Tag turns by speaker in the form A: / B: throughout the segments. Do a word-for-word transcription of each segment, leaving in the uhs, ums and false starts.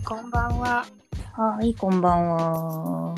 A: こんばんは。
B: はい、こんばんは。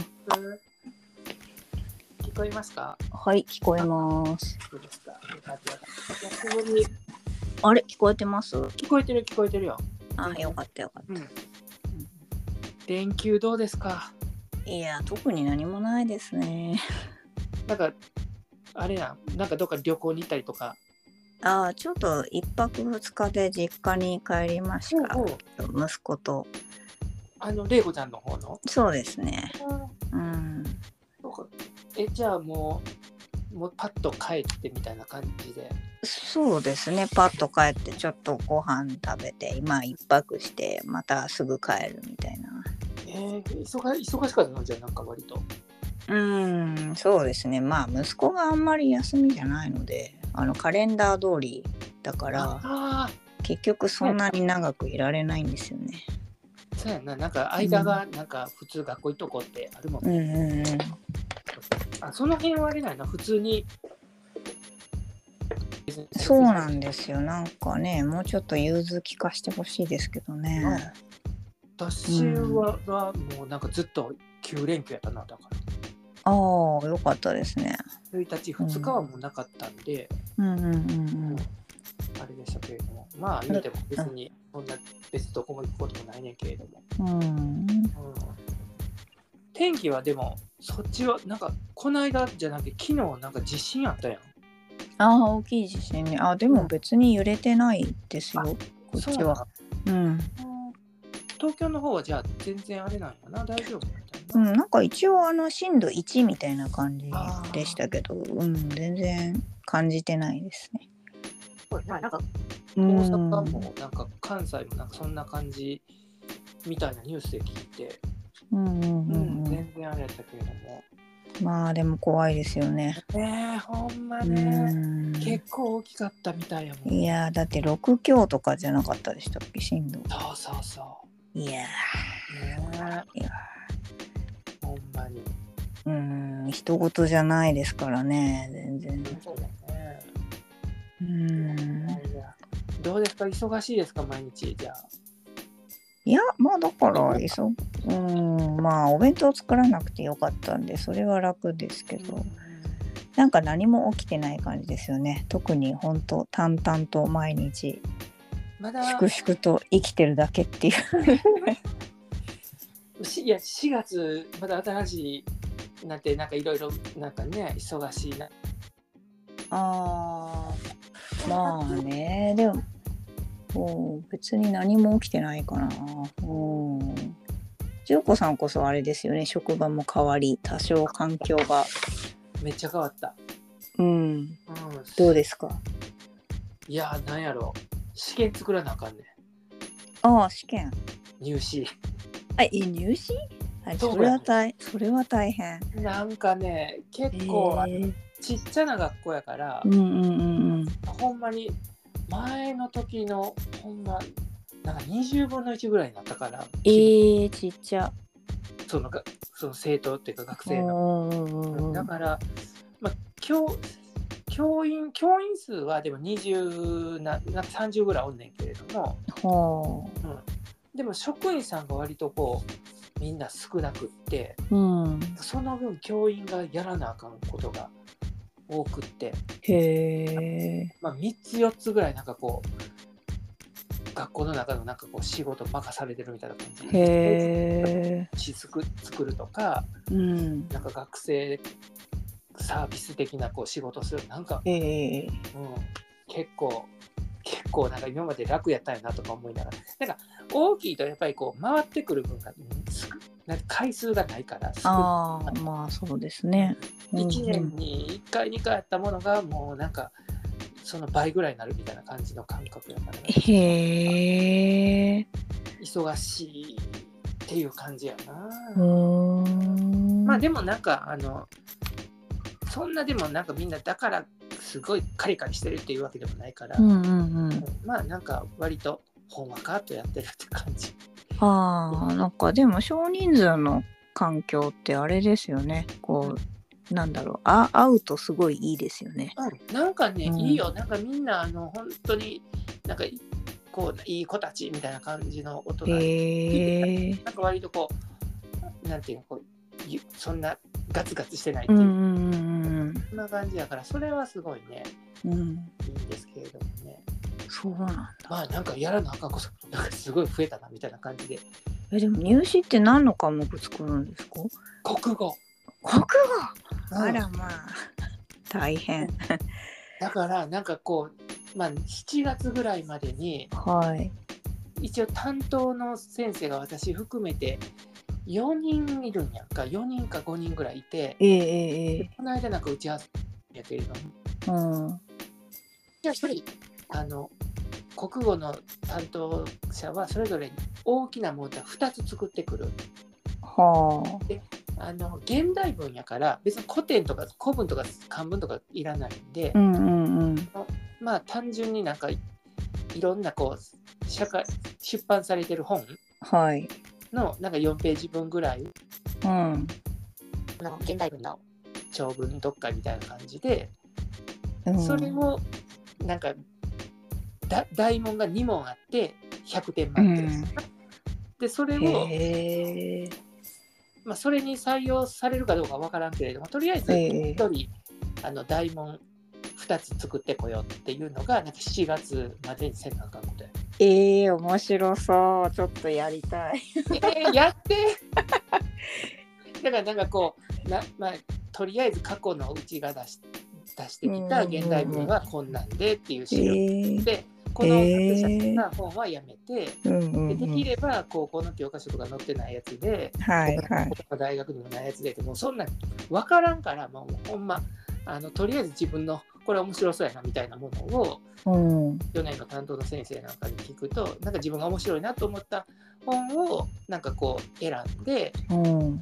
A: 聞こえますか？
B: はい、聞こえます。
A: そうですか。久しぶり。
B: あれ、聞こえてます？
A: 聞こえてる聞こえてるよ。
B: あ、よかったよかった。
A: うん。連休どうですか？
B: いや、特に何もないですね。
A: なんかあれや、なんかどっか旅行に行ったりとか。
B: あ、ちょっと一泊二日で実家に帰りました。
A: おうおう
B: 息子と。
A: あの玲子ちゃんの方の？
B: そうですね。
A: うん。
B: うん。
A: そうか。え、じゃあもうもうパッと帰ってみたいな感じで。
B: そうですね。パッと帰ってちょっとご飯食べて、今一泊してまたすぐ帰るみたいな。
A: えー、忙忙しかったの？じゃあなんか割と。
B: うーん、そうですね。まあ息子があんまり休みじゃないので、あのカレンダー通りだから
A: あ
B: 結局そんなに長くいられないんですよね。
A: そうやな、なんか間がなんか普通学校行っとこうってあるもんね。
B: うんうんうん。
A: あ、その辺はあれないな、普通に。
B: そうなんですよ。なんかね、もうちょっと融通聞かしてほしいですけどね。
A: 私は、うん、はもうなんかずっときゅう連休やったな、だから。
B: ああ、よかったですね。
A: ついたち、ふつかはもうなかったんで、
B: うんうんうんうん。
A: あれでしたけれども、まあ言うても別にそんな別どこも行くこともないねんけれども。
B: うん。うん、
A: 天気はでも、そっちはなんかこの間じゃなくて昨日なんか地震あったやん。
B: ああ、大きい地震ね。あ、でも別に揺れてないですよ、こっちは。うん。
A: 東京の方はじゃあ全然あれなんやな、大丈夫だった
B: な。うん、なんか一応あの震度いちみたいな感じでしたけど、うん、全然感じてないですね。
A: まあ、なんか大阪もなんか関西もなんかそんな感じみたいなニュースで聞いて、
B: うんうんうんうん、
A: 全然あれやったけれども。
B: まあでも怖いですよね。
A: ねえ、ほんまね、結構大きかったみたいやもん。
B: いやだってろく強とかじゃなかったでしたっけ、震度。
A: そうそうそう。
B: いや
A: ー、ね、いやほんまに。
B: うん、人事じゃないですからね、全然。
A: そうだね。
B: うん。
A: どうですか、忙しいですか、毎日じゃあ。
B: いや、まあだから急うん、まあお弁当作らなくてよかったんでそれは楽ですけど、うん、なんか何も起きてない感じですよね。特に本当淡々と毎日まだ粛々と生きてるだけっていう
A: いやしがつまだ新しいなんてなんかいろいろなんかね忙しいな。
B: あー、まあね、でももう別に何も起きてないかな。うん。純子さんこそあれですよね、職場も変わり多少環境が
A: めっちゃ変わった。
B: うん、うん、どうですか？
A: いやなんやろ、試験作らなあかんねん。
B: ああ、試験
A: 入試。
B: あ、え、入試？はい、それは大それは大変。
A: なんかね結構、えー、ちっちゃな学校やから、
B: うんうんうんうん、
A: ほんまに前の時のほんまなんかにじゅうぶんのいちぐらいになったから。
B: えー、ちっちゃ。
A: そのがその生徒っていうか学生の。だから、まあ、教教員教員数はでもにじゅうななんかさんじゅうぐらいおんねんけれども、はあ、うん、でも職員さんが割とこうみんな少なくって、うん、その分教員がやらなあかんことが多くって、へー、まあ、みっつよっつぐらいなんかこう学校の中のなんかこう仕事任されてるみたいな感じで、へー、詩作作るとか、うん、なんか学生サービス的なこう仕事するなんか、えーうん、結構結構なんか今まで楽やったんやなとか思いながら、なんか大きいとやっぱりこう回ってくる分がなんか回数がないから。
B: ああ、まあそうですね。
A: いちねんにいっかいにかいやったものがもうなんかその倍ぐらいになるみたいな感じの感覚だから、ね、へえ、忙しいっていう感じやな。うん、まあでもなんかあのそんなでもなんかみんなだからすごいカリカリしてるっていうわけでもないから、うんうんうん、まあなんか割とほんわかっとやってるって感じ。
B: ああ、なんかでも少人数の環境ってあれですよね。こう、うん、なんだろう、あ、会うとすごいいいですよね。
A: うん、なんかね、うん、いいよ。なんかみんなあの本当になんかここういい子たちみたいな感じの音が、
B: へー、
A: なんか割とこうなんていうのこうゆそんなガツガツしてないっていう、
B: うんうんうん
A: そんな感じだから、それはすごいね
B: うん、うん、
A: いいんですけれどもね。
B: そうなんだ。
A: まあなんかやらなあかんこそなんかすごい増えたなみたいな感じで。
B: え、でも入試って何の科目作るんですか？
A: 国語、
B: 国語、
A: うん、
B: あらまあ大変。
A: だからなんかこう、まあ、しちがつぐらいまでに
B: はい。
A: 一応担当の先生が私含めてよにんいるんやんか、よにんかごにんぐらいいて、
B: ええええ、
A: この間なんか打ち合わせやけれども、
B: うん、
A: じゃあひとりあの国語の担当者はそれぞれ大きな問題ふたつ作ってくる。
B: は
A: であの現代文やから別に古典とか古文とか漢文とかいらないんで、
B: あ、うんうんうん、
A: まあ単純になんかいろんなこう社会出版されてる本
B: はい、
A: のなんかよんページ分ぐらい
B: うん、
A: の現代文の長文読解みたいな感じで、
B: うん、
A: それをなんかだ大問がに問あってひゃくてん満点、うん、でそれを、
B: へー、
A: まあ、それに採用されるかどうかわからんけれども、とりあえずひとり、えー、あの大問ふたつ作ってこようっていうのがなんかしちがつまでにせなあかんことや。
B: えー、面白そう。ちょっとやりたい。
A: えー、やってだからなんかこうな、まあ、とりあえず過去のうちが出し出してきた現代文はこんなんでっていう資料で、えー、この作者な本はやめて、えー、で, できれば高校の教科書とか載ってないやつで、はいはい、大学にもないやつでもうそんな分からんから、もうほんまあのとりあえず自分のこれ面白そうやなみたいなものを、うん、去年の担当の先生なんかに聞くと、なんか自分が面白いなと思った本をなんかこう選んで、うん、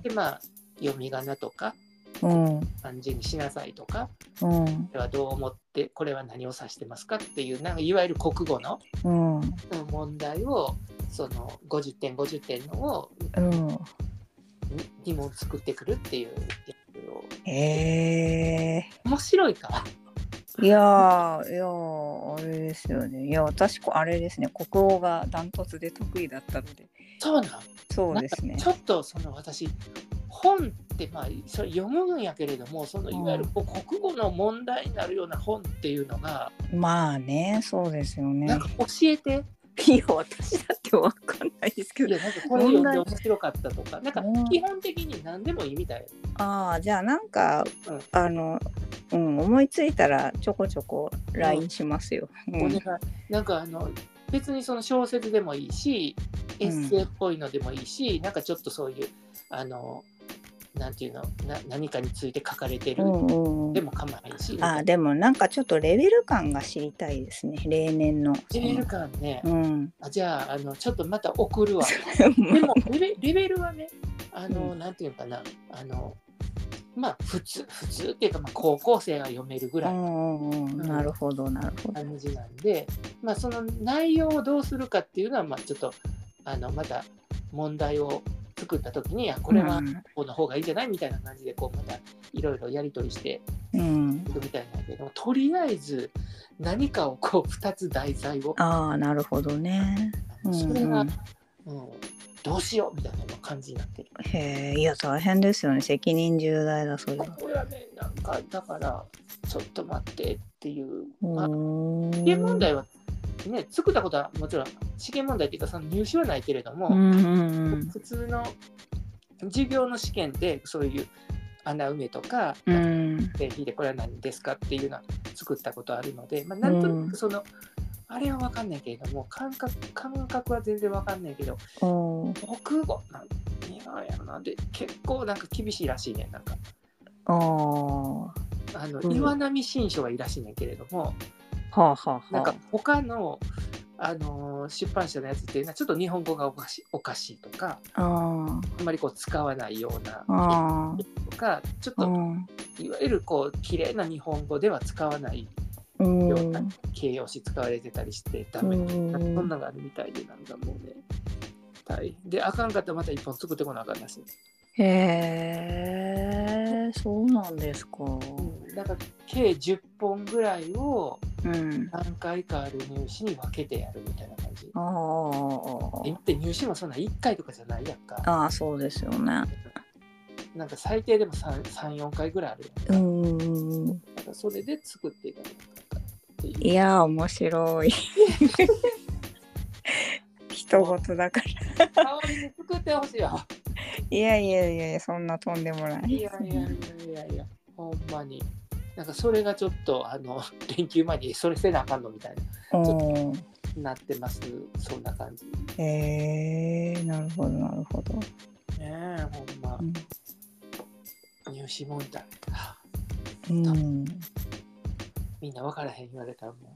A: でまあ読み仮名とか、うん、漢字にしなさいとか、うん、ではどう思ってこれは何を指してますかっていうなんかいわゆる国語の、うん、問題をそのごじゅってんごじゅってんのを、うん、に問作ってくるっていうやつを。へー、面白いか。
B: いやいやあれですよね。いや私あれですね、国語がダントツで得意だったので。
A: そうなん。
B: そうですね。
A: ちょっとその私本ってまあそれ読むんやけれども、そのいわゆるこう国語の問題になるような本っていうのが、
B: うん、まあね、そうですよね。
A: なんか教えて。
B: いや私だってわかんないですけど、
A: いやなんかこれ読んで面白かったとか、なんか基本的に何でもいいみたい。
B: ああ、じゃあなんか、うん、あの、うん、思いついたらちょこちょこ ライン しますよ。
A: うんうん、なんかあの別にその小説でもいいし、エッセイっぽいのでもいいし、うん、なんかちょっとそういうあのなんていうのな何かについて書かれてる、うんうん、でも構わないし。
B: あ、でもなんかちょっとレベル感が知りたいですね、例年の。
A: レベル感ね。うん、あじゃあ、あのちょっとまた送るわ。でもレベ、レベルはね、あの、うん、なんていうかな、あのまあ普通普通っていうか、まあ、高校生が読めるぐらい。うんうん、
B: なるほどなるほど。
A: 感じなんで、まあその内容をどうするかっていうのはまあちょっとあのまた問題を作った時に、これはこの方がいいんじゃないみたいな感じでこうまたいろいろやり取りしていくみたいなんだけど、うん、とりあえず何かをこうふたつ題材を、
B: ああなるほどね、
A: それが、うんうん、どうしようみたいな感じになってる。
B: へえ、いや大変ですよね、責任重大だそれは。
A: これはね、なんかだからちょっと待ってっていう、まあ、試験問題はね、作ったことはもちろん試験問題っていうかその入試はないけれども、うんうんうん、普通の授業の試験でそういう穴埋めとか、うん、で引いてこれは何ですかっていうのは作ったことあるので、まあ、なんとなくその、うん、あれは分かんないけれども感覚感覚は全然分かんないけど、うん、国語なん苦いやろなで結構なんか厳しいらしいね。なんかああの、うん、岩波新書がいいらしいねんけれども、はあはあはあ、なんか他の、あのー、出版社のやつっていうのはちょっと日本語がおかしい、おかしいとか、あ, あんまりこう使わないようなとか、ちょっといわゆるこう綺麗な日本語では使わないような形容詞使われてたりしてダメ、そんなのがあるみたいで、なんかもうね大変で、あかんかったらまた一本作ってこなあかんらしい。
B: へえ、そうなんですか。
A: うん、だから計じゅっぽんぐらいを
B: うん、
A: 何回かある入試に分けてやるみたいな感じ。
B: あー
A: で入試もそんないっかいとかじゃないやんか。
B: あー、そうですよね。
A: なんか最低でもさん、よんかいぐらいある
B: う
A: やんか。
B: ん。
A: なんかそれで作っていかないかっていう。
B: いやー、面白い。人事だから。
A: 代わりに作ってほしいよ。
B: いやいやいやいや、そんなとんでもない
A: いやいやいやいやいや、ほんまに。なんかそれがちょっとあの連休前にそれせなあかんのみたいなちょっとなってます。そんな感じ。
B: へえー、なるほどなるほど。
A: ねえ、ほんま。
B: うん、
A: 入試問題。
B: うん、
A: みんな分からへん言われたらもう。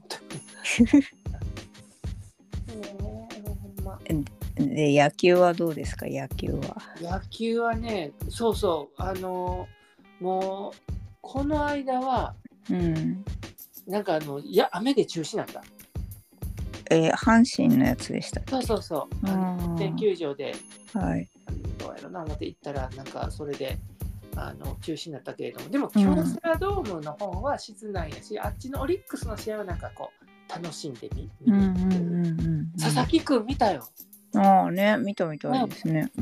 A: ねえ、ほんま。
B: で、野球はどうですか、野球は。
A: 野球はね、そうそう、あの、もう、この間は、
B: うん。
A: なんかあの、いや、雨で中止になった。
B: えー、阪神のやつでしたっけ。
A: そうそうそう。あの天球場で、
B: はい。
A: どうやろな、思って行ったら、なんかそれで、あの中止になったけれども、でも、京セラドームの方は室内やし、うん、あっちのオリックスの試合はなんかこう、楽しんでみ、見に行ってる。佐々木くん見たよ。
B: ああね、見たみたいですね。うん。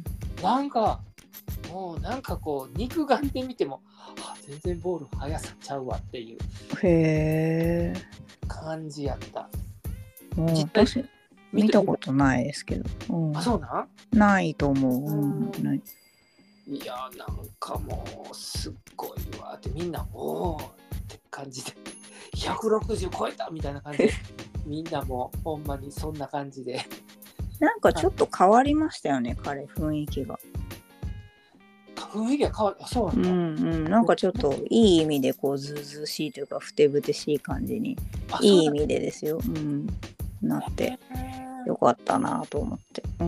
A: なんか、もうなんかこう、肉眼で見ても、あ、全然ボール速さちゃうわっていう
B: へえ
A: 感じやった。
B: もう私見たことないですけど。
A: うん、あ、そうなん？
B: ないと思う。うん、ない。
A: いや、なんかもうすっごいわってみんなおーって感じでひゃくろくじゅう超えたみたいな感じでみんなもうほんまにそんな感じで
B: なんかちょっと変わりましたよね、彼雰囲気が。
A: 雰囲気が変わる。あ、そうなんだ。
B: うんうん、なんかちょっといい意味でこうずうずうしいというかふてぶてしい感じにいい意味でですよ、うん、なってよかったなと思って、うん、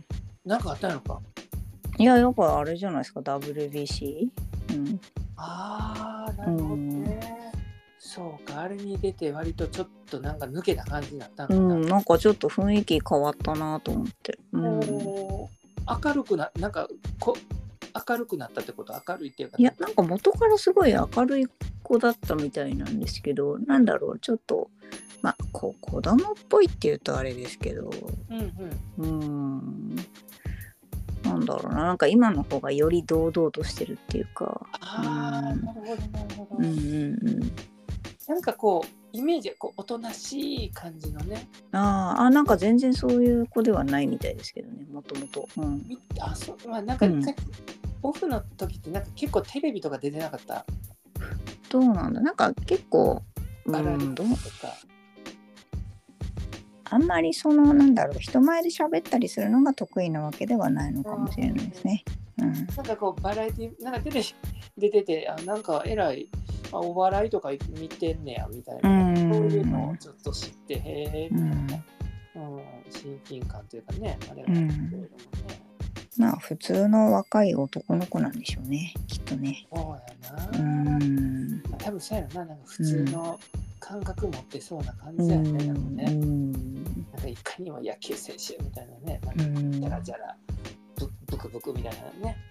A: なんかあったのか。
B: いややっぱあれじゃないですか ダブリュービーシー、うん、
A: ああなるほどね、うん、そうか、あれに出て割とちょっとなんか抜けた感じになったのかな、
B: うん、なんかちょっと雰囲気変わったなと思って、うん、
A: 明るくななんかこ明るくなったってこと？明るいっていうか、
B: いやなんか元からすごい明るい子だったみたいなんですけど、なんだろう、ちょっとまあこ子供っぽいっていうとあれですけど、うんうん、うんなんだろうな、なんか今の方がより堂々としてるっていうか。
A: ああ、うん、なるほどなるほど。
B: うんうんうん。
A: なんかこうイメージこうおとなしい感じのね。
B: ああ、なんか全然そういう子ではないみたいですけどね、もともと。うん。
A: あ、そう、まあなんか一回、うん、オフの時ってなんか結構テレビとか出てなかった？
B: どうなんだ、なんか結構、
A: うん、
B: うん、どうとか。あんまりそのなんだろう人前で喋ったりするのが得意なわけではないのかもしれないですね。うん、
A: なんかこうバラエティなんかテレビ出てて、あなんかえらいあお笑いとか見てんねやみたいな、うん、そういうのをちょっと知ってへえみたいな、うん、親近感というかね、あれはあるけれどもね、
B: うん、まあ普通の若い男の子なんでしょうね、きっとね。
A: そうやな。
B: うん、
A: 多分そうやな、なんか普通の感覚持ってそうな感じやね、うん、なんかね、うん、なんかいかにも野球選手みたいなね、なんかジャラジャラブブクブクみたいなね。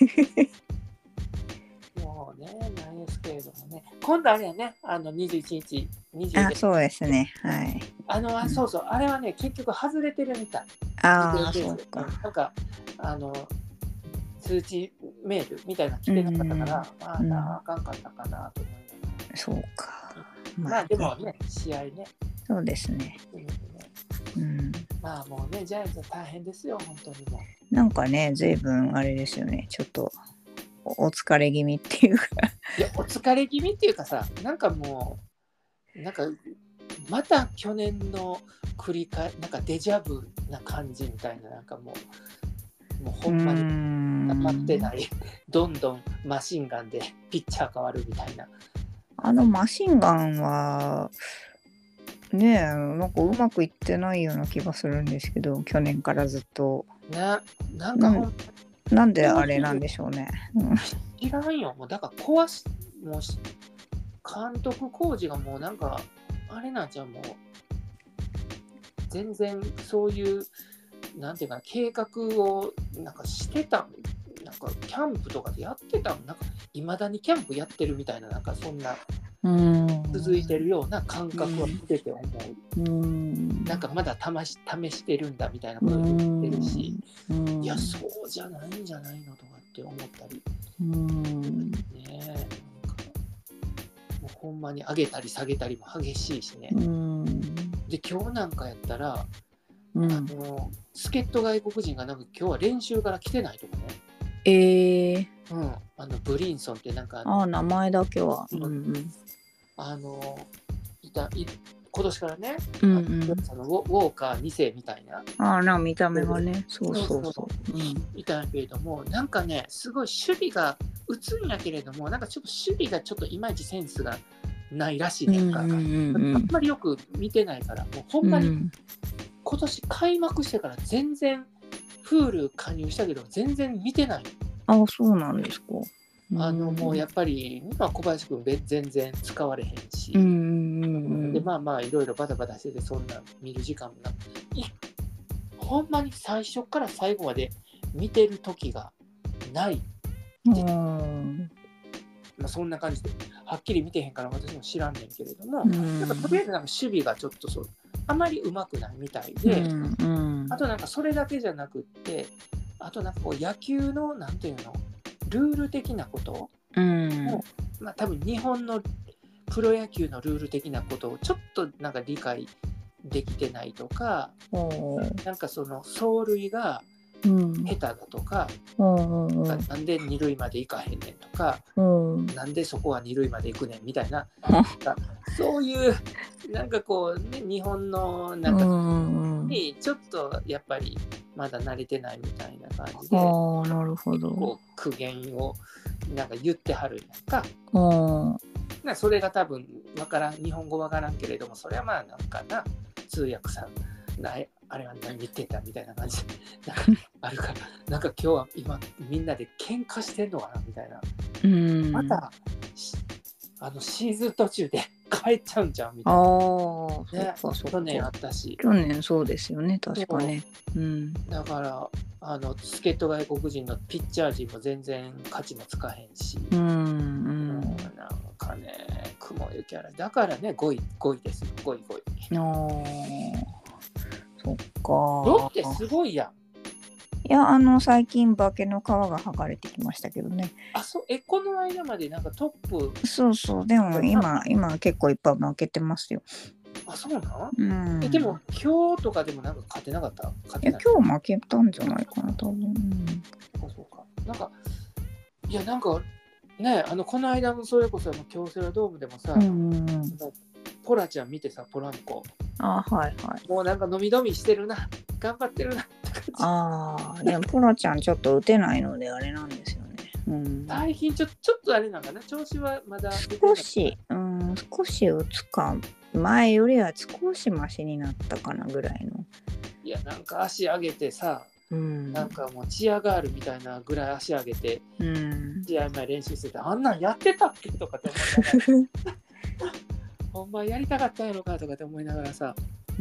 A: もうね、なんですけれどもね、今度あれやね、あのにじゅういちにち、にじゅう
B: あ、そうですね、はい。
A: あの、あ、そうそう、あれはね、結局外れてるみたい。
B: ああ、そうか。
A: なんか、あの、通知メールみたいなの来てなかったから、まあ、うん、あかんかったかなと思いながら。
B: そうか。
A: まあ、まあ、でもね、試合ね。
B: そうですね。うん、
A: まあもうね、ジャイアンツは大変ですよ、本当にも
B: う。なんかね、随分あれですよね、ちょっとお疲れ気味っていうか。
A: いや、お疲れ気味っていうかさ、なんかもう、なんか、また去年の繰り返なんかデジャブな感じみたいな、なんかもう、もうほんまに黙ってない、どんどんマシンガンでピッチャー変わるみたいな。
B: あのマシンガンは、ねえ、なんかうまくいってないような気がするんですけど、去年からずっと。
A: な、なんかほん、
B: な, なんであれなんでしょうね。
A: 知らんよ。もうだから壊し、もう監督工事がもうなんか、あれなんじゃもう、全然そういう、なんていうか、計画をなんかしてた、なんかキャンプとかでやってたの、なんかいまだにキャンプやってるみたいな、なんかそんな。 続いてるような感覚は見てて思う、
B: うん、
A: なんかまだ試し、試してるんだみたいなことを言ってるし、うん、いやそうじゃないんじゃないのとかって思ったり、うん、ねえ、なんかもうほんまに上げたり下げたりも激しいしね、うん、で今日なんかやったら、うん、あの助っ人外国人がなんか今日は練習から来てないとかね。
B: えー
A: うん、あのブリンソンってなんか
B: ああ名前だけは、うんうん、
A: あのいたい今年からね、うんうん、あのウォーカーに世みたいな、
B: ああな見た目がね、そうそうそう、
A: うん、いたんやけれども、なんかねすごい守備が打つんやけれども、なんかちょっと守備がちょっといまいちセンスがないらしいねんか、うんうんうん、あんまりよく見てないから、もうほんまに、うん、今年開幕してから全然フール加入したけど全然見てない。
B: ああそうなんですか。
A: あのもうやっぱり今小林君全然使われへんし、うんうんうん、でまあまあいろいろバタバタしててそんな見る時間もなく、ほんまに最初から最後まで見てる時がない、うんまあ、そんな感じではっきり見てへんから私も知らんねんけれども、うん、やっぱとりあえずなんか守備がちょっとそうあまりうまくないみたいで、うんうん、あとなんかそれだけじゃなくってあとなんかこう野球のなんていうのルール的なことを、うんまあ、多分日本のプロ野球のルール的なことをちょっとなんか理解できてないとか、なんかその走塁が下手だとか、うん、なんで二塁まで行かへんねんとか、うん、なんでそこは二塁まで行くねんみたいな、なんかそういうなんかこうね日本のなんかにちょっとやっぱりまだ慣れてないみたいな感じで、
B: あなるほど
A: こう苦言をなんか言ってはるんやんか。うんなそれが多分わからん日本語わからんけれどもそれはまあなんかな通訳さんなあれは何言ってたみたいな感じなんかあるからなんか今日は今みんなで喧嘩してんのかなみたいな、うんまたあのシーズン途中で帰っちゃうんじゃんみたいな。あね、そっかそっか去年あったし。
B: 去年そうですよね確かね。うん、
A: だからあの助っ人外国人のピッチャー陣も全然価値もつかへんし、うんうん、なんかね雲行きあらだからねごいごいですよごいごい。
B: あそっか。
A: ロッテすごいやん。
B: いやあの最近化けの皮が剥がれてきましたけどね。
A: あそうえこの間までなんかトップ。
B: そうそうでも今今結構いっぱい負けてますよ。
A: あそうなの、うん、えでも今日とかでもなんか勝てなかった勝てない。
B: いや今日負けたんじゃないかな多分。うん、
A: そうかそうかなんかいやなんかねあのこの間のそれこそ京セラドームでもさ、うん、ポラちゃん見てさポランコ
B: あはいはい
A: もうなんか飲み飲みしてるな頑張ってるなって感じ。
B: ああでもポラちゃんちょっと打てないのであれなんですよね。うん、
A: 最近ちょちょっとあれなんかな調子はまだ
B: 少し、うん、少し打つか前よりは少しマシになったかなぐらいの。
A: いやなんか足上げてさ、うん、なんかもうチアガールみたいなぐらい足上げて、うん、試合前練習しててあんなんやってたっけとかって思いながらほんまやりたかったんやろかとかって思いながらさ、うん、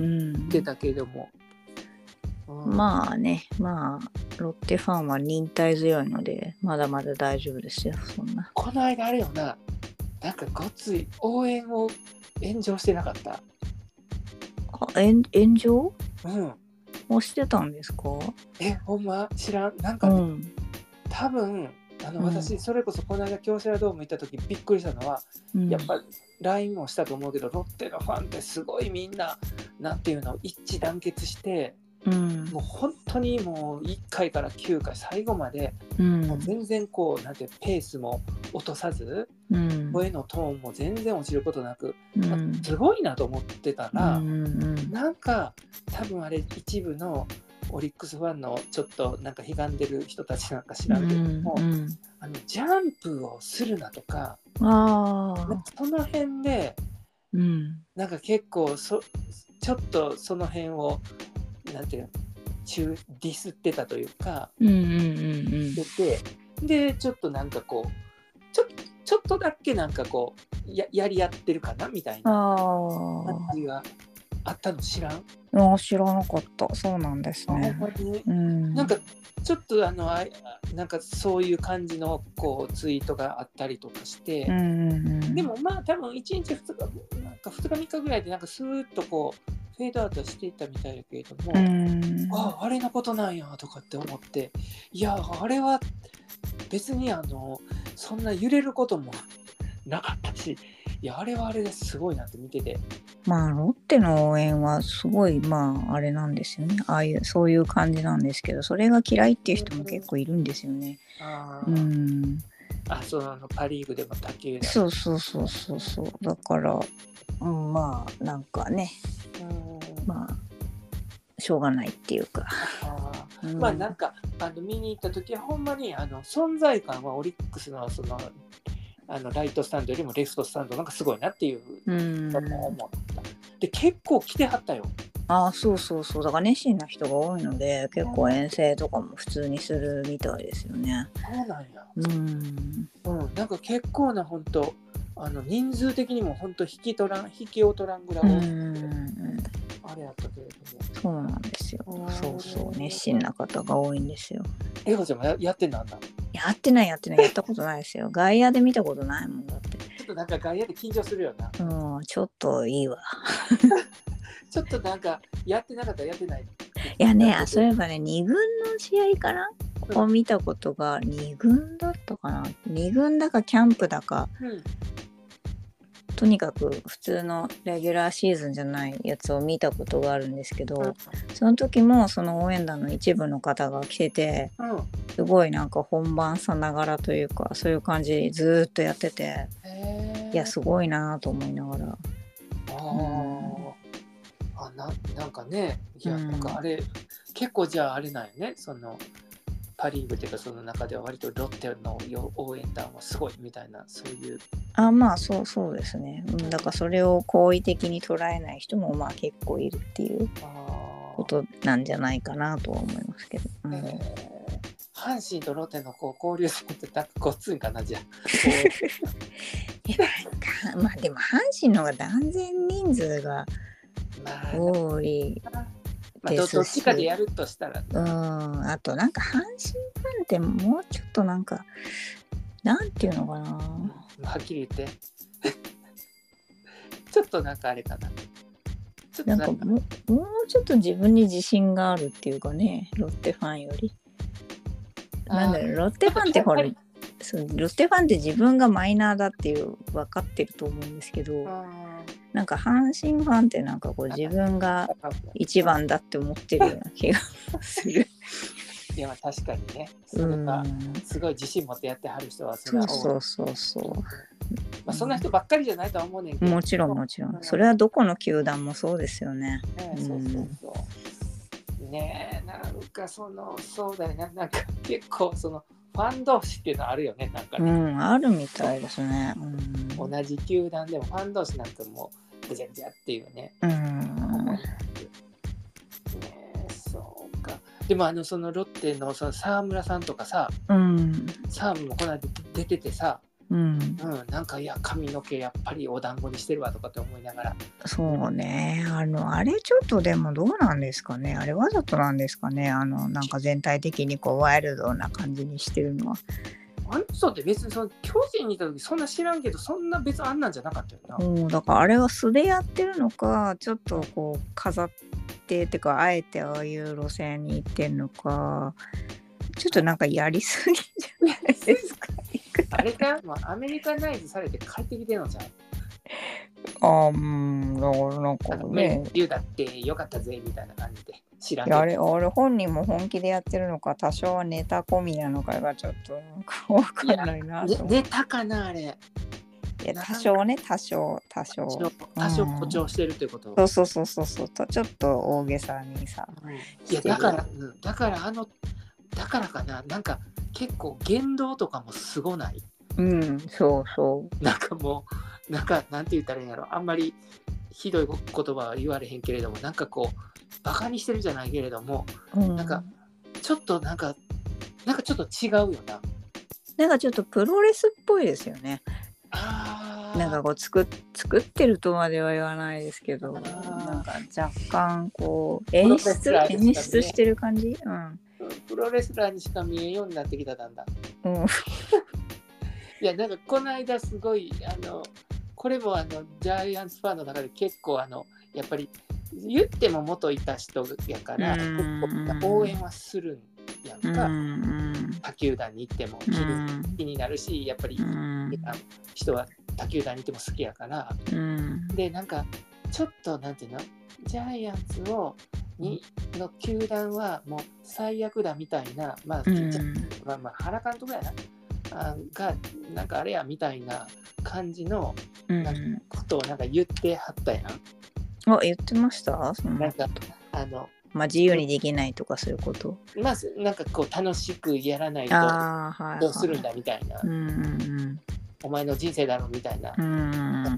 A: 出たけども、
B: うん、まあねまあロッテファンは忍耐強いのでまだまだ大丈夫ですよそんな。
A: この間あれよななんかごつい応援を炎上してなかった？
B: あ炎炎上？
A: うん
B: もうしてたんですか？
A: えほんま知らんなんか、ねうん、多分あの、うん、私それこそこの間京セラドーム行った時びっくりしたのは、うん、やっぱり ライン もしたと思うけどロッテのファンってすごいみんななんていうの一致団結してうん、もう本当にもういっかいからきゅうかい最後まで、うん、もう全然こうなんてペースも落とさず、うん、声のトーンも全然落ちることなく、うんすごいなと思ってたら、うんうん、なんか多分あれ一部のオリックスファンのちょっとなんかひがんでる人たちなんか知らんけども、うんうん、あのジャンプをするなとか、あなんかその辺で、うん、なんか結構そちょっとその辺をなんていうの中ディスってたというか、うんうんうんうん、ででちょっとなんかこうちょちょっとだけなんかこう や, やり合ってるかなみたいな感じがあったの知らん？
B: あ知らなかった。そうなんですね。
A: うん、なんかちょっとあのあなんかそういう感じのこうツイートがあったりとかして、うんうんうん、 でもまあ多分いちにちふつかなんかふつかみっかぐらいでなんかスーッとこうフェードアウトしていったみたいだけれども、
B: うん
A: ああれのことなんやとかって思って、いやあれは別にあのそんな揺れることもなかったし、いやあれはあれですごいなって見てて、
B: まあロッテの応援はすごいまああれなんですよね。ああいうそういう感じなんですけど、それが嫌いっていう人も結構いるんですよね。
A: あ
B: う
A: ー
B: ん。
A: あそのあのパ・リーグでも卓球だ
B: そうそうそうそうそう。だから、うん、まあなんかね、
A: うん
B: まあしょうがないっていうか。
A: あー
B: うん
A: まあなんかあの見に行った時はほんまにあの存在感はオリックスのそのあのライトスタンドよりもレフトスタンドなんかすごいなっていう
B: うん
A: のも思った。で結構来てはったよ。
B: ああそうそうそう。だから熱心な人が多いので結構遠征とかも普通にするみたいですよね。
A: そうなんや。
B: うん。
A: うん、なんか結構な本当あの人数的にも本当引き取らん引きを取らんぐらい多くて、
B: うん
A: あれやったけれども。
B: そうなんですよ。
A: うん
B: そうそう熱心な方が多いんですよ。
A: エゴちゃんも や, やってんのあんな。
B: やってないやってないやったことないですよ。外野で見たことないもんだって。
A: ちょっとなんか外野で緊張するよな。
B: うんちょっといいわ。
A: ちょっとなんかやってなかったらやってない。
B: いやね、あそういえばねに軍の試合かな、
A: うん
B: を見たことがに軍だったかな、に軍だかキャンプだか、
A: うん
B: とにかく普通のレギュラーシーズンじゃないやつを見たことがあるんですけど、
A: うん
B: その時もその応援団の一部の方が来てて、
A: うん
B: すごいなんか本番さながらというかそういう感じずーっとやってて、
A: へー
B: いやすごいなと思いながら。
A: あー、あななんかね、いや、
B: うん
A: なんかあれ、結構じゃああれなんよね、そのパ・リーグっていうか、その中では割とロッテの応援団はすごいみたいな、そういう。
B: あまあそうそうですね、うん、だからそれを好意的に捉えない人もまあ結構いるっていう
A: あ
B: ことなんじゃないかなとは思いますけど、うん
A: ーえー阪神とロッテのこう交流戦ってなんかごっついんかな、じゃあ。
B: いやなんかまあでも阪神の方が断然人数が
A: まあ、
B: 多い
A: まあ、どどっちかでやるとしたら、
B: うんあとなんか阪神ファンってもうちょっとなんかなんていうのかな、
A: はっきり言って。ちょっとなんかあれかな。ちょっと
B: な
A: なんんか
B: かもうもうちょっと自分に自信があるっていうかね、ロッテファンより。なんだろう、ロッテファンってほら、そうロッテファンって自分がマイナーだっていう分かってると思うんですけど、
A: あ
B: なんか阪神ファンってなんかこう自分が一番だって思ってるような気がする。
A: いやまあ確かにね、それ
B: うん
A: がすごい自信持ってやってはる人はそれは多い。
B: そうそうそうそ
A: まあ、そんな人ばっかりじゃないとは思うねんけ
B: う。
A: ど。
B: もちろんもちろん。それはどこの球団もそうですよね。
A: ね、そうそうそう。ねえ、なんかその、そうだよね、なんか結構そのファン同士っていうのはあるよね、なんか
B: う
A: ね。
B: ん、あるみたいですね。うん。
A: 同じ球団でもファン同士なんかもう、ぐちゃぐちゃっていうね。
B: うん
A: ねえ、そうか。でもあの、そのロッテのその沢村さんとかさ、
B: うん。
A: サームもこの間出ててさ、
B: うん。
A: うん、なんかいや髪の毛やっぱりお団子にしてるわとかって思いながら。
B: そうね。あの、あれちょっとでもどうなんですかね。あれわざとなんですかね。あの、なんか全体的にこうワイルドな感じにしてるのは。
A: あの人って別にその巨人にいた時そんな知らんけど、そんな別にあんなんじゃなかったよな。
B: うん、だからあれは素でやってるのか、ちょっとこう飾ってってか、あえてああいう路線に行ってんのか、ちょっとなんかやりすぎじゃないですか。
A: あれか、まあ、アメリカナイズされて帰ってきてんのじゃん。
B: あーうん、だからなんか
A: あの
B: ね。
A: 龍だってよかったぜみたいな感じで知らん
B: いやあ
A: けど。
B: れあれ本人も本気でやってるのか多少はネタ込みなのかがちょっとなんかわかんないなと思って。
A: で出たかなあれ。
B: いや多少ね多少多少
A: 多少多少誇張してるってこと。
B: そうそうそうそうそうとちょっと大げさにさ、
A: うんいやだから、うん、だからあのだからかな、なんか結構言動とかもすごない。
B: うんそうそ
A: なんかもうなんかなんて言ったらいいんやろ、あんまりひどい言葉は言われへんけれども、なんかこうバカにしてるじゃないけれども、
B: う、うん、
A: なんかちょっとなんかなんかちょっと違うよな。
B: なんかちょっとプロレスっぽいですよね。
A: あー
B: なんかこう作っ作ってるとまでは言わないですけど、
A: あー
B: なんか若干こう演出
A: プロレスラーですかね
B: 演出してる感じ、うん
A: プロレスラーにしか見えんようになってきただんだん。
B: うん
A: いやなんかこの間すごいあのこれもあのジャイアンツファンの中で結構あのやっぱり言っても元いた人やから、結構応援はするんやんか、他球団に行っても気に、気になるし、やっぱり人は他球団に行っても好きやから、でなんかちょっとなんていうの、ジャイアンツをにの球団はもう最悪だみたいな、まあ、まあ、まあ原監督やなあがなんかあれやみたいな感じのなんかことをなんか言ってはったやん。
B: あ、言ってました？そん
A: ななんかあの
B: まあ自由にできないとかそういうこと。
A: まずなんかこう楽しくやらないとどうするんだみたいな、
B: うんうん、
A: お前の人生だろみたいな、
B: うん、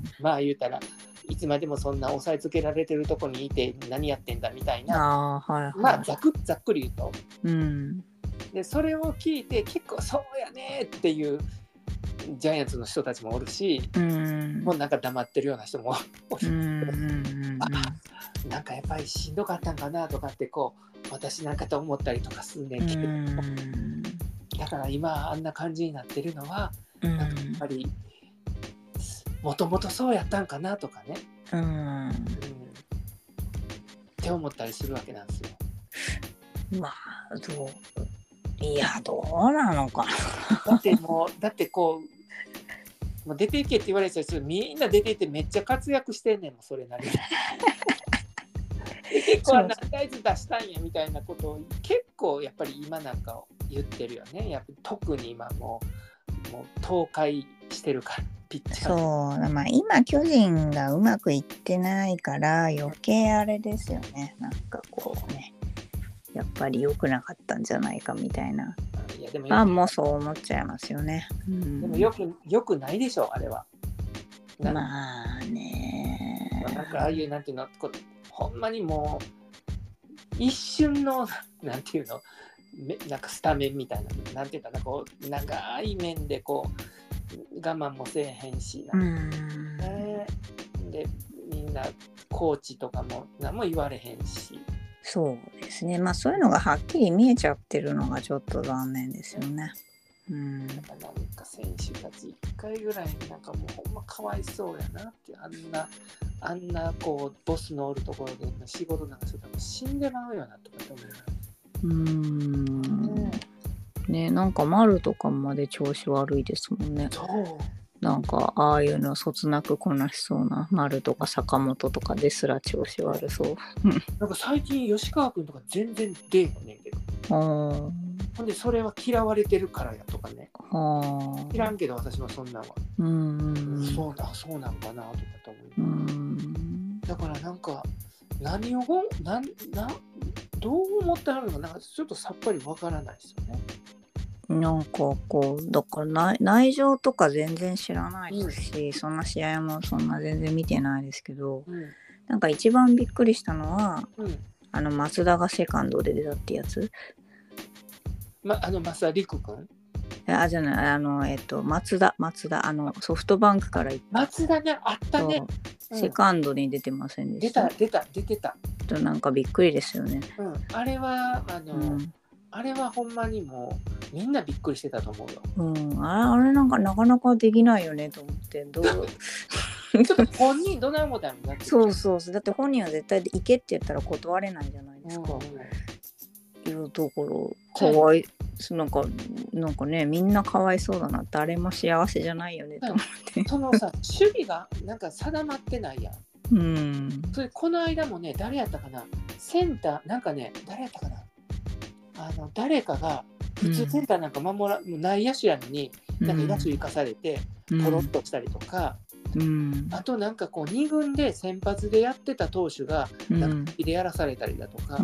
A: まあ言うたらいつまでもそんな押さえつけられてるとこにいて何やってんだみたいな、
B: あ、はいはい、
A: まあざくざっくり言うと、
B: うん、で
A: それを聞いて結構そうやねっていうジャイアンツの人たちもおるし、うん、もうなんか黙ってるような人もおる、うんうん、なんかやっぱりしんどかったんかなとかってこう私なんかと思ったりとかすんねんけど、うん、だから今あんな感じになってるのは、うん、なんかやっぱりもともとそうやったんかなとかね、うんうん、って思ったりするわけなんですよ。
B: まあどういやどうなのかな
A: だってもうだってこうもう出ていけって言われてる人みんな出ていってめっちゃ活躍してんねんもんそれなりに結構何回ず出したんやみたいなことを結構やっぱり今なんか言ってるよね。やっぱ特に今もう、もう倒壊してるからピッチャー。
B: そう、まあ今巨人がうまくいってないから余計あれですよね。なんかこうねやっぱり良くなかったんじゃないかみたいな。いやでもあもうそう思っちゃいますよね。
A: うん、でもよくよくないでしょあれは。
B: まあね。
A: なんかああいうなんていうのこうほんまにもう一瞬のなんていうのなんかスタメンみたいななんていうかなこう長い面でこう我慢もせえへんしなんか、ね、でみんなコーチとかも何も言われへんし。
B: そうですね。まあそういうのがはっきり見えちゃってるのがちょっと残念ですよね。うん。
A: なんか選手たちいっかいぐらいなんかもうほんまかわいそうやなってあんなあんなこうボスのおるところで仕事なんかすると死んでまうよなとかって思います。
B: うーん。ね、なんか丸とかまで調子悪いですもんね。
A: そう。
B: なんかああいうのそつなくこなしそうな丸とか坂本とかですら調子悪そう。
A: なんか最近吉川君とか全然出えへんねんけど。ほんでそれは嫌われてるからやとかね。知らんけど私もそんなんは。うんそうだそうなんかなとかと思う。うんだからなんか何をなんなどう思ってはるのかなんかちょっとさっぱりわからないですよね。
B: なんかこうだから内、内情とか全然知らないですし、うん、そんな試合もそんな全然見てないですけど、うん、なんか一番びっくりしたのは、うん、あの松田がセカンドで出たってやつ。
A: ま、あの松田陸君？
B: あじゃないあのえっと松田松田あのソフトバンクから行った
A: 松田ねあったね、
B: うん、セカンドに出てませんでした？
A: 出た出た出てた。
B: となんかびっくりですよね。
A: うん、あれはあの、うん、あれはほんまにもうみんなびっくりしてたと思うよ。
B: うん、あれ、あれなんかなかなかできないよねと思ってどうち
A: ょっと本人どない思ったんだって。
B: そうそうそうだって本人は絶対行けって言ったら断れないじゃないですか。うん、いうところかわいなんかなんかねみんなかわいそうだな誰も幸せじゃないよねと思って。
A: そのさ守備がなんか定まってないやん。うん。それこの間もね誰やったかなセンターなんかね誰やったかなあの誰かが普通センターなんか守ら、うん、内野手やのになんか野手生かされてポロッとしたりとか、うん、あとなんかこうに軍で先発でやってた投手がなんかでやらされたりだとか、うん、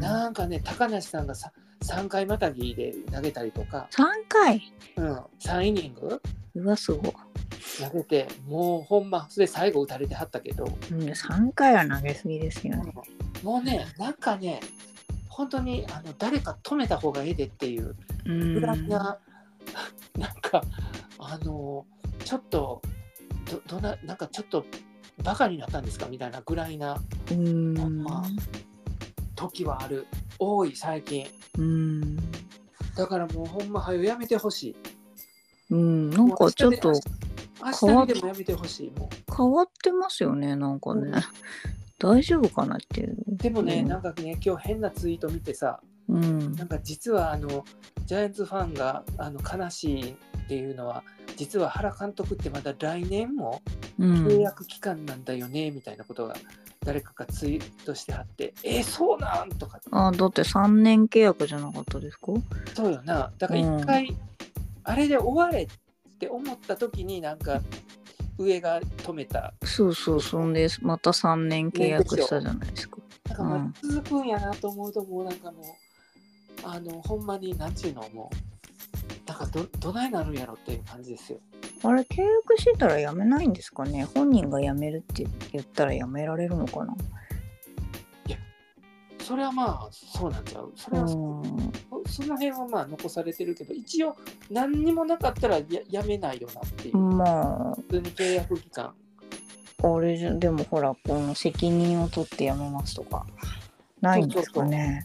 A: なんかね高梨さんがささんかいまたぎで投げたりとか
B: さんかい、
A: うん、さんイニング
B: うわすごい
A: 投げてもうほんまそれで最後打たれてはったけど、
B: うん、さんかいは投げすぎですよね。
A: もうねなんかね本当にあの誰か止めた方がええでっていうぐらいななんかあのちょっと ど, どななんかちょっとバカになったんですかみたいなぐらいなうん、まあ、時はある多い最近うんだからもうほんまはよやめてほしい。
B: うんなんかちょっと
A: 明日にでもやめてほしい。も
B: う変わってますよね、なんかね、うん、大丈夫かなっていう。
A: でもね、うん、なんかね、今日変なツイート見てさ、うん、なんか実はあのジャイアンツファンがあの悲しいっていうのは、実は原監督ってまだ来年も契約期間なんだよね、うん、みたいなことが誰かがツイートしてはって、えー、そうなんとか。
B: あ、だってさんねん契約じゃなかったですか？
A: そうよな。だから一回、うん、あれで終われって思った時になんか上が止めた。
B: そうそうそんでまたさんねん契約したじゃないですか。
A: なんかまあ続くんやなと思うと、もうなんかもうあのほんまになんちゅうの、もうなんか ど, どないなるんやろっていう感じですよ。
B: あれ契約してたら辞めないんですかね。本人が辞めるって言ったら辞められるのかな。
A: いや、それはまあそうなんちゃう。それは そ, その辺はまあ残されてるけど、一応何にもなかったら や, 辞めないよなっていう。まあ普通に契約期間。
B: あれじゃ、でもほらこの責任を取って辞めますとかないんですかね。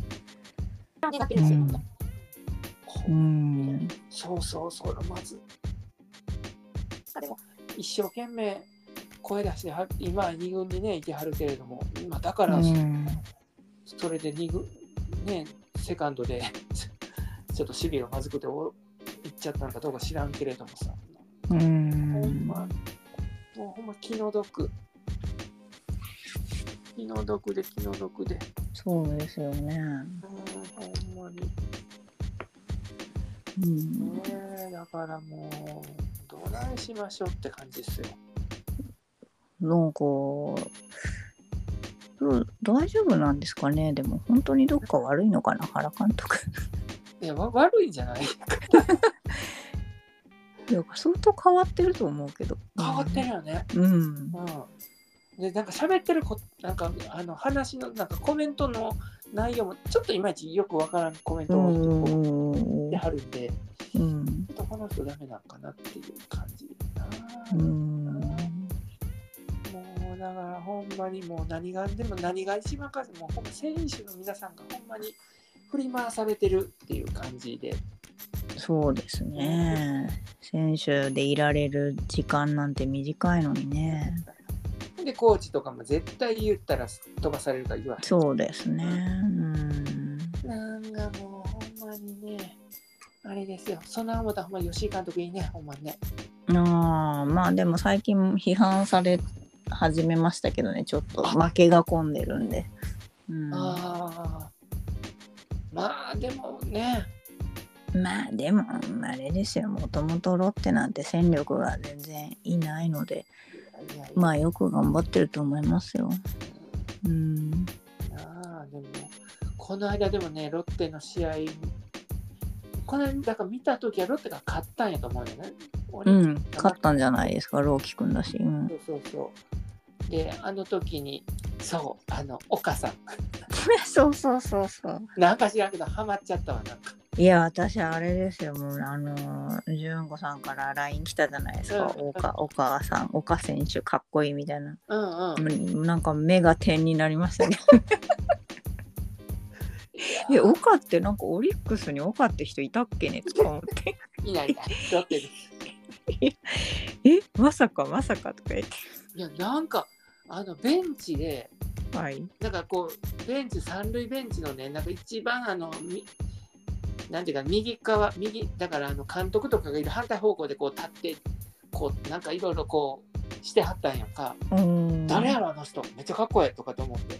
A: うん、そうそうそう、まずでも一生懸命声出しては、今はに軍にねいてはるけれども、まあ、だから、うん、それでに軍ねセカンドでちょっと守備がまずくておいっちゃったのかどうか知らんけれどもさ、うん、ほんまもうほんま気の毒気の毒で気の毒で、
B: そうですよね、うん、
A: ほんまに、うんね、だからもうどないしましょうって感じですよ。
B: なんか大丈夫なんですかね。でも本当にどっか悪いのかな、原監督。
A: いや悪いんじゃない
B: いや相当変わってると思うけど。
A: 変わってるよね。
B: うん。うん、
A: でなんか喋ってるこなんかあの話のなんかコメントの内容もちょっといまいちよくわからんコメントを言ってはるんで、うん、ちょっとこの人ダメなんかなっていう感じだな。うん、もうだからほんまにもう何がでも何が一番かもうほんま選手の皆さんがほんまに振り回されてるっていう感じで。
B: そうですね。選手でいられる時間なんて短いのにね。
A: でコーチとかも絶対言ったら飛ばされるから言わへん。
B: そうですね。うん。
A: なんかもうほんまにね、あれですよ。そんな思ったらほんま吉井監督いいね、ほんまにね。
B: ああ、まあでも最近批判され始めましたけどね、ちょっと負けが込んでるんで。うん、
A: ああ、まあでもね。
B: まあでもあれですよ、もともとロッテなんて戦力が全然いないので、いやいやまあよく頑張ってると思いますよ。うん。
A: ああでもこの間でもねロッテの試合この間だから見た時はロッテが勝ったんやと思うよね。
B: うん、勝ったんじゃないですか、朗希くんだし。うん、
A: そうそうそう。であの時にそうあの岡さん
B: そうそうそうそう。
A: なんか知らんけどハマっちゃったわなんか。
B: いや私あれですよ、もうあの純子さんから ライン 来たじゃないですか、うん、岡, 岡さん岡選手かっこいいみたいな、うんうん、なんか目が点になりましたねえ岡ってなんかオリックスに岡って人いたっけねとか思って
A: いないいないロッテです
B: えまさかまさかとか言って、
A: いやなんかあのベンチで、
B: はい、
A: なんかこうベンチ三塁ベンチのねなんか一番あのなんていうか右側右だからあの監督とかがいる反対方向でこう立ってこうなんかいろいろこうしてはったんやんか。うん誰やろあの人めっちゃかっこええとかと思って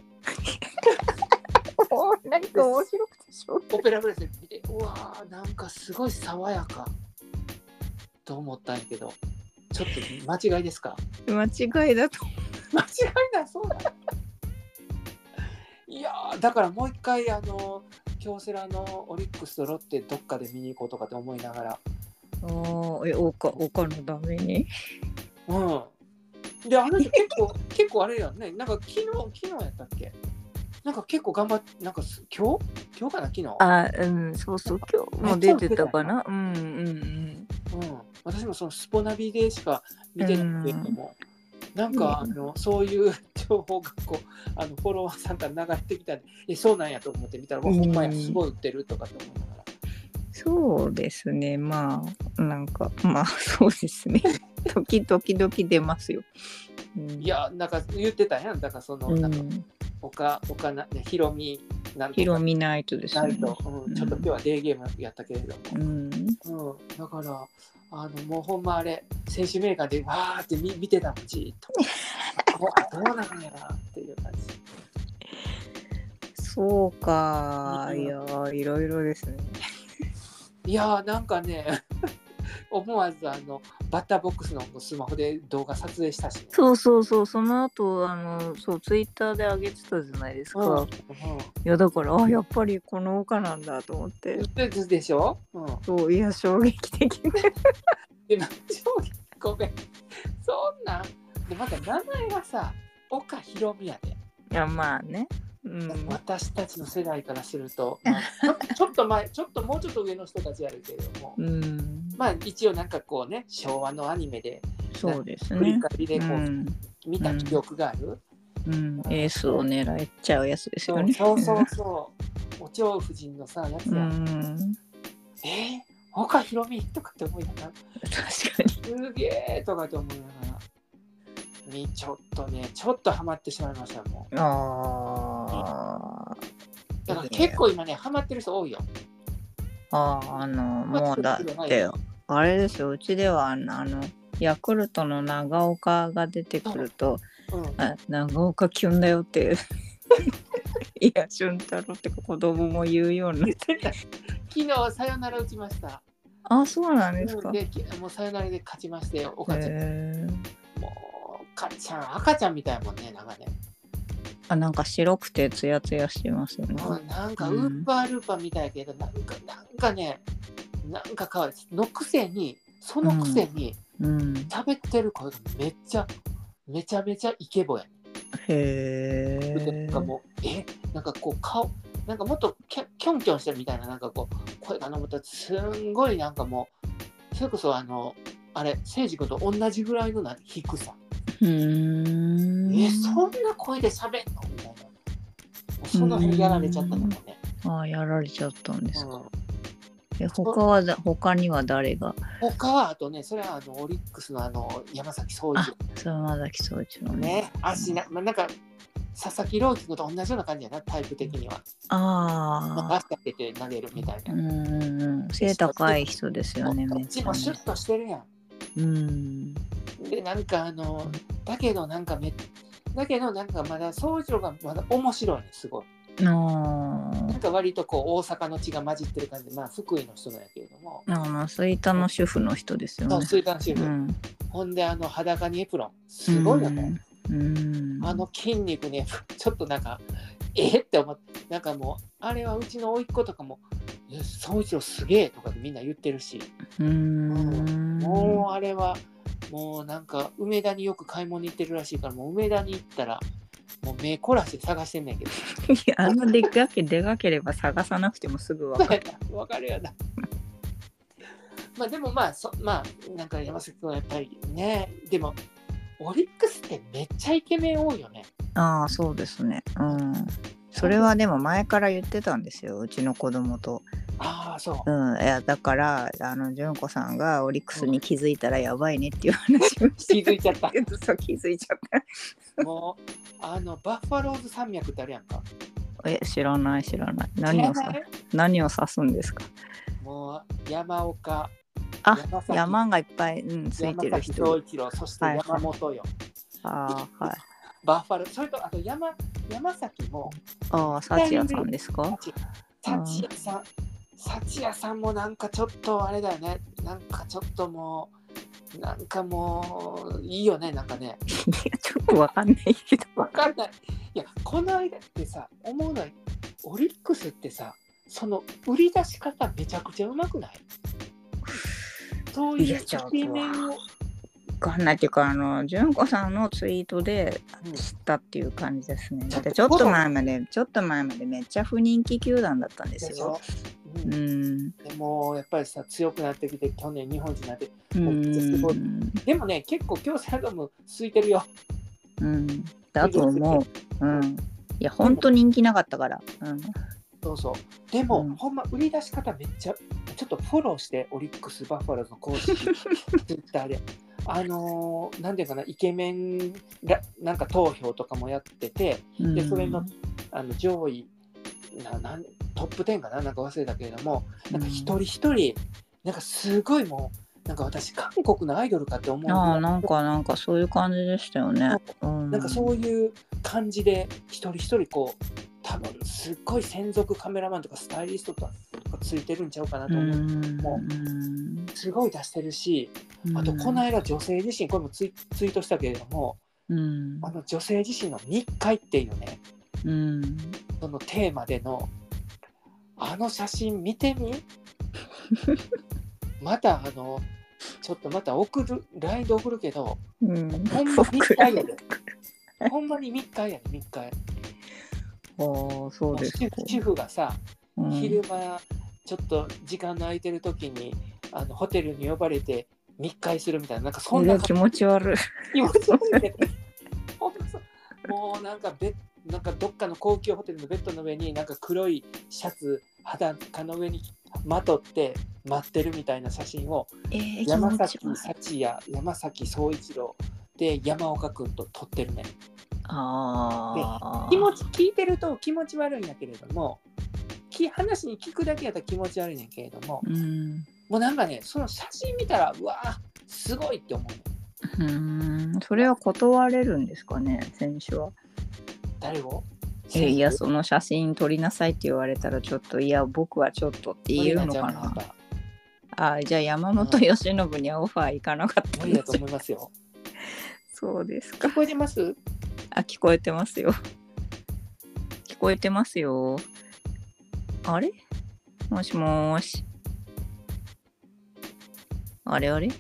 B: 何か面白くてしょう
A: オペラグラスで見てうわーなんかすごい爽やかと思ったんやけどちょっと間違いですか？
B: 間違いだと
A: 間違いだそうだいやだからもう一回あの京セラのオリックスとロッテどっかで見に行こうとかって思いながら。
B: あえ岡岡のために。
A: うん。であの人結構結構あれやんね。なんか昨日昨日やったっけ？なんか結構頑張ってなんか今日今日かな昨日。
B: あうんそうそう今日も出てたかな。うんうんうん。うん。
A: 私もそのスポナビでしか見てないけれども。うん、なんか、うん、あのそういう情報がこうあのフォロワーさんから流れてきたんでえそうなんやと思って見たら、うん、ほんまやすごい売ってるとかって思いながら。
B: そうですねまあなんかまあそうですね時々出ますよ。うん、
A: いやなんか言ってたやん。だからその、うん、なんか岡岡なひろみなんとか
B: ひろみナイトですね。
A: うん、ちょっと今日はデーゲームやったけれども、
B: うんうん、
A: だからあのもうほんまあれ選手メーカーでわーって 見, 見てたもんじっとどうなんやっていう感じ。
B: そうか、いやいろいろですね。
A: いやなんかね思わずあのバッターボックスのスマホで動画撮影したし、ね、
B: そうそうそう、その後あのそうツイッターで上げてたじゃないですか、うんうん、いやだからあやっぱりこの岡なんだと思って
A: でしょ、うん、
B: そういや衝撃的ね
A: で衝撃ごめんそんなんでまた名前がさ岡ひろみやで。
B: いやまあね、うん、
A: 私たちの世代からすると、まあ、ち, ょちょっと前ちょっともうちょっと上の人たちやるけれども、うん、まあ一応なんかこうね昭和のアニメで
B: そうですね
A: 振り返りでこう、うん、見た記憶がある、
B: うんうん、エースを狙っちゃうやつですよね。
A: そうそうそうお蝶夫人のさやつや、うん、えー、岡ひろみとかって思いながら
B: 確かに
A: すげえとかって思いながらにちょっとねちょっとハマってしまいましたもん。ああだから結構今ねハマってる人多いよ。
B: あああのもうだってあれですよ、うちではあのヤクルトの長岡が出てくると、うん、あ長岡キュンだよっていや俊太郎って子供も言うようになって
A: 昨日サヨナラ打ちました。
B: あそうなんですか。
A: でもうサヨナラで勝ちまして岡ちゃんもう赤ちゃん赤ちゃんみたいもんねなんかね。
B: あなんか白くてツヤツヤしてますよね。
A: なんかウーパールーパーみたいやけど、うん、なんかなんかねなんかかわいいのくせにそのくせに喋ってる声がめっちゃめちゃめちゃイケボやね。
B: へえ。
A: なんかもうえなんかこう顔なんかもっとキョキョンキョンしてるみたいななんかこう声がのむとすんごいなんかもうそれこそあのあれ聖司君と同じぐらいのな低さ。
B: うーん
A: えそんな声で喋んのみたいな。その辺やられちゃったのもね。
B: ああやられちゃったんですか。うん、え他はだ他には誰が？
A: 他はあとねそれはあのオリックスのあの山崎総一。
B: 山崎総一のね。
A: ね足な、まあ、なんか佐々木朗希君と同じような感じやなタイプ的には。
B: ああ。
A: 足かけて投げるみたいな。
B: うん背高い人ですよね。
A: こっちもシュッとしてるやん。うんでなんかあのだけどなんかめだけどなんかまだ総一郎がまだ面白いねすごい。なんか割とこう大阪の血が混じってる感じで、まあ福井の人なんやけれども。
B: ああ吹田の主婦の人ですよね。
A: そう吹田の主婦、うん。ほんであの裸にエプロンすごいよね。うんあの筋肉ねちょっとなんかえー、って思ってなんかもうあれはうちの甥っ子とかも総一郎すげえとかでみんな言ってるし。うん、うん、もうあれはもうなんか梅田によく買い物に行ってるらしいからもう梅田に行ったらもう目凝らして探してんねんけど
B: いやあのでかけでかければ探さなくてもすぐ分かる
A: 分かるよなまあでもまあそまあなんか山崎君はやっぱりねでもオリックスってめっちゃイケメン多いよね。
B: ああそうですねうんそれはでも前から言ってたんですようちの子供と。
A: ああそう。
B: うん、いやだからあの純子さんがオリックスに気づいたらやばいねっていう話をして、
A: うん、気づいちゃった
B: そう気づいちゃったも
A: うあのバッファローズ山脈ってあるやんか。
B: え知らない知らない何をさ何を指すんですか。
A: もう山岡
B: あ山がいっぱい、うん、ついてる人
A: 山崎総一郎そして山本よ、
B: はい、あはい
A: バッファローそれとあと 山, 山崎も
B: ああ幸也さんですか。
A: 幸也さん幸也さんもなんかちょっとあれだよねなんかちょっともうなんかもういいよねなんかね
B: いやちょっとわかんないけど
A: わかんないいやこの間ってさ思うのはオリックスってさその売り出し方めちゃくちゃうまくない。そういうイケメンを
B: わかんないっていうかあの純子さんのツイートで知ったっていう感じですね、うん、だってちょっと前までちょっと前までめっちゃ不人気球団だったんですよ。
A: うん、うん、でもやっぱりさ強くなってきて去年日本一になってもうすごいでもね結構京セラドーム空いてるよ。
B: うんだと思う。うんいや本当人気なかったから。うん
A: そうそうでも、うん、ほんま売り出し方めっちゃちょっとフォローしてオリックスバファローズの公式ツイッターであのー、なんていうかな、イケメンらなんか投票とかもやってて、でそれの、あの上位ななんトップじゅうかな、なんか忘れたけれども、なんか一人一人なんかすごいもうなんか私韓国のアイドルかって思うぐらい、
B: ああ、なんかなんかそういう感じでしたよね。うん、
A: なんかそういう感じで一人一人こう多分すっごい専属カメラマンとかスタイリストとかついてるんちゃうかなと思うけども、すごい出してるし、あとこの間女性自身これもツイ、ツイートしたけれども、うん、あの女性自身の密会っていうね、うん、そのテーマでのあの写真見てみまたあのちょっとまた送る ライン で送るけど、うん、ほんま密会やでほんまに密会やで密会。
B: ああ、そうですか。
A: 主婦がさ、うん、昼間ちょっと時間の空いてる時にあのホテルに呼ばれて密会するみたいな、なんかそんな
B: 気持ち悪い
A: 気持ち悪いねもうなんかベなんかどっかの高級ホテルのベッドの上になんか黒いシャツ裸の上にまとって待ってるみたいな写真を、えー、山崎幸也、山崎総一郎で山岡くんと撮ってるね。あで気持ち聞いてると気持ち悪いんだけれども、話に聞くだけやったら気持ち悪いねんけれども、うん、もうなんかねその写真見たらうわすごいって思うね。
B: うーん、それは断れるんですかね、選手は。
A: 誰を？
B: えいや、その写真撮りなさいって言われたらちょっといや僕はちょっとって言うのかな。あ、じゃあ山本由伸にはオファー行かなかったんですよ。無理
A: だと思いますよ。
B: そうですか。
A: 聞こえてます？
B: あ、聞こえてますよ。聞こえてますよ。あれ？もしもーし。あれあれ？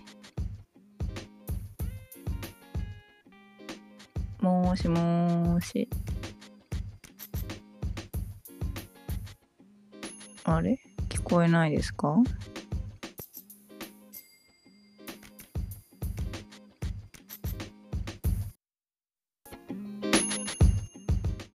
B: もーしもーし。あれ？聞こえないですか？